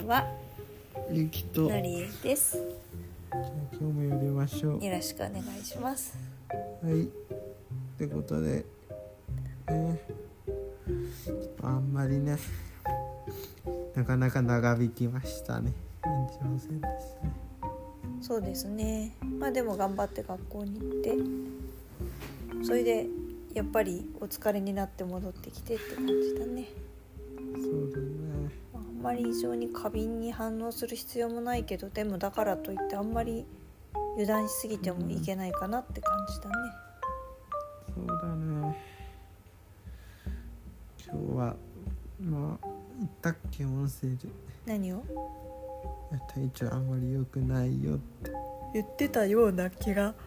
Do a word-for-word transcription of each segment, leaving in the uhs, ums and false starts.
はゆきとのりえです。 今日もやりましょう。 よろしくお願いします。 はいってことで、ね、あんまりねなかなか長引きましたね。延長戦ですね。 そうですね。まあでも頑張って学校に行って、それでやっぱりお疲れになって戻ってきてって感じだね。 そうだね。 あんまり異常に過敏に反応する必要もないけど、でもだからといってあんまり油断しすぎてもいけないかなって感じだね。 そうだね。今日はまあ言ったっけ音声で。 何を？ 体調あんまり良くないよって言ってたような気が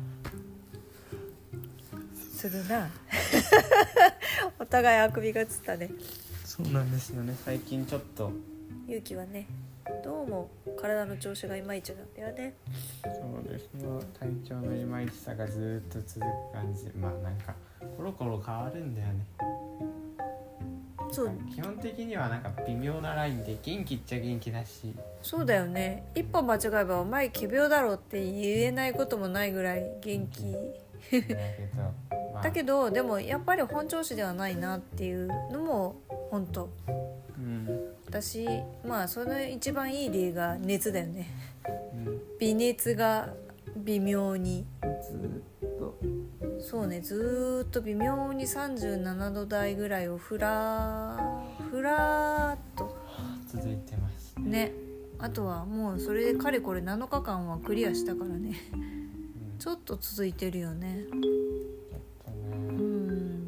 するな。お互いあくびがつったね。 そうなんですよね。最近ちょっとゆうきはね、どうも体の調子がいまいちなんだよね。 そうですね。体調のいまいちさがずっと続く感じ。まあなんかコロコロ変わるんだよね。 そう、 基本的にはなんか微妙なラインで元気っちゃ元気だし。 そうだよね。一歩間違えばお前仮病だろって言えないこともないぐらい元気だけど、まあ、 だけどでもやっぱり本調子ではないなっていうのも本当。 うん、 私まあその一番いい例が熱だよね。 うん、 微熱が微妙にずっとそうね、ずっと微妙にさんじゅうななど台ぐらいをふらふらーっと続いてますね。 ね。あとはもうそれでかれこれなのかかんはクリアしたからね。 うん、 ちょっと続いてるよね。 ちょっとね、 うん。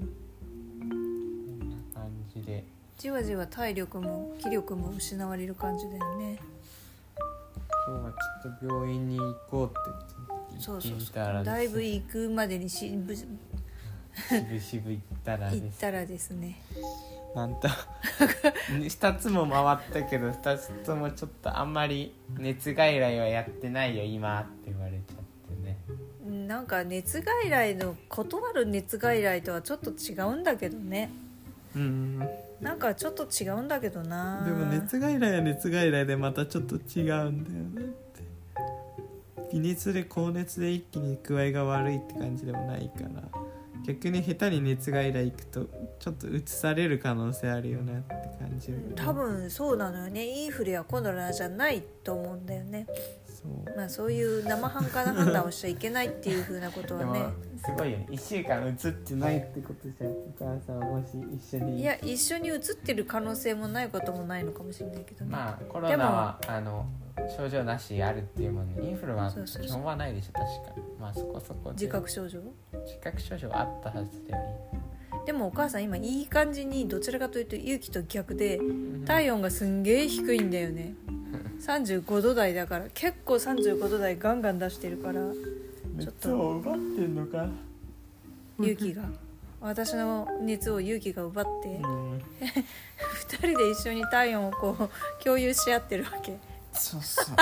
こんな感じでじわじわ体力も気力も失われる感じだよね。 今日はちょっと病院に行こうってそうそうそう。 だだいぶ行くまでにしぶしぶしぶ行ったらです行ったらですね。 なんとふたつも回ったけどふたつともちょっとあんまり熱外来はやってないよ今って言われちゃってね。 なんか熱外来の断る熱外来とはちょっと違うんだけどね。 うん。 なんかちょっと違うんだけどな。 でも熱外来は熱外来でまたちょっと違うんだよねって。微熱で高熱で一気に具合が悪いって感じでもないから、逆に下手に熱外来行くとちょっとうつされる可能性あるよねって感じるよね。 多分そうなのよね。インフルやコロナじゃないと思うんだよね。 そうまあそういう生半可な判断をしちゃいけないっていう風なことはね。 でもすごいよね、いっしゅうかんうつってないってことじゃん。お母さんもし一緒にいや一緒に移ってる可能性もないこともないのかもしれないけどね。 まあコロナはあの症状なしあるっていうもんね。インフルは基本はないでしょ確か。まあそこそこで自覚症状自覚症状はあったはずだよね。 でもお母さん今いい感じにどちらかというと勇気と逆で体温がすんげえ低いんだよね。さんじゅうごど台だから結構さんじゅうごど台ガンガン出してるから、ちょっ熱を奪ってんのか勇気が私の熱を勇気が奪ってうんふたりで一緒に体温をこう共有し合ってるわけそうそう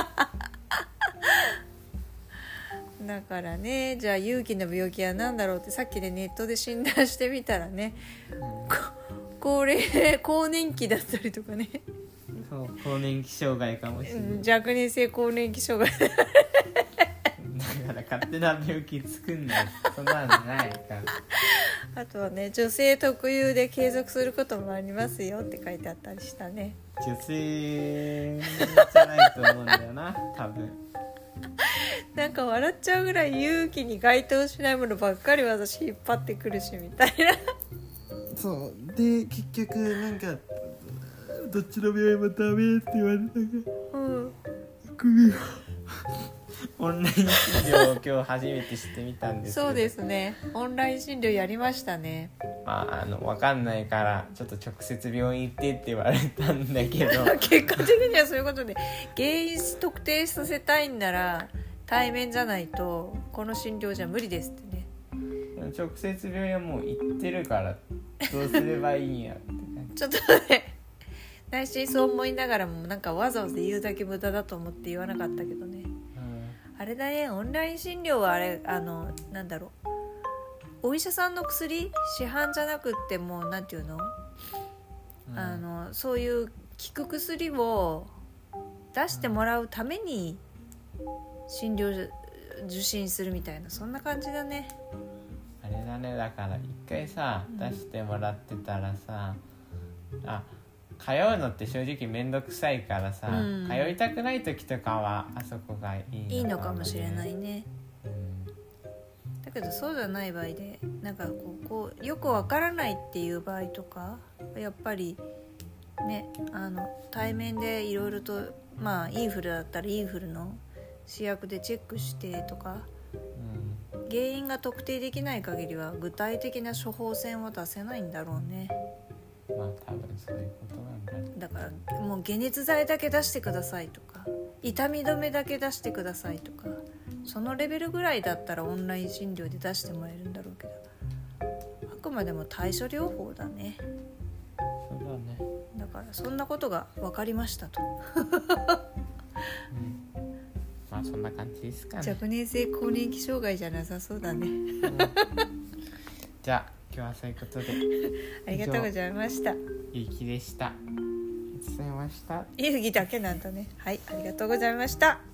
だからね。じゃあ勇気の病気は何だろうってさっきでネットで診断してみたらね、 うん、 高齢更年期だったりとかね、 そう更年期障害かもしれない、 うん、若年性更年期障害だから勝手な病気作んないそんなのないからあとはね、女性特有で継続することもありますよって書いてあったりしたね。 女性じゃないと思うんだよな多分。 なんか笑っちゃうぐらい勇気に該当しないものばっかり私引っ張ってくるしみたいな。 そうで結局なんかどっちの病院もダメって言われたから、 うん、 首がオンライン診療を今日初めて知ってみたんですけどそうですね。オンライン診療やりましたね。 まああの分かんないからちょっと直接病院行ってって言われたんだけど結果的にはそういうことで原因特定させたいんなら対面じゃないとこの診療じゃ無理ですってね。 直接病院はもう行ってるからどうすればいいんやって感じ。 ちょっとね内心そう思いながらもなんかわざわざ言うだけ無駄だと思って言わなかったけどね。あれだね、オンライン診療はあれあのなんだろう、お医者さんの薬市販じゃなくってもうなんていうの、うん、あのそういう効く薬を出してもらうために診療受診するみたいな、そんな感じだね。 あれだね、だから一回さ、 うん、 出してもらってたらさ、あ通うのって正直めんどくさいからさ、 うん、 通いたくない時とかはあそこがいいのかも、ね、 いいのかもしれないね、 うん、 だけどそうじゃない場合でなんかこう、こうよくわからないっていう場合とかやっぱりね、あの対面でいろいろと、まあインフルだったらインフルの試薬でチェックしてとか、 うん、 原因が特定できない限りは具体的な処方箋は出せないんだろうね。 まあ多分そういうことなんだろう。 だからもう解熱剤だけ出してくださいとか、痛み止めだけ出してくださいとか、そのレベルぐらいだったらオンライン診療で出してもらえるんだろうけど、あくまでも対処療法だね。 そうだね。 だからそんなことが分かりましたと、 うん、まあそんな感じですかね。 若年性更年期障害じゃなさそうだね、うん、 じゃあ今日はそういうことでありがとうございました。 ゆうきでした。ありがとうございました。 ゆうきだけなんだね。はい、ありがとうございました。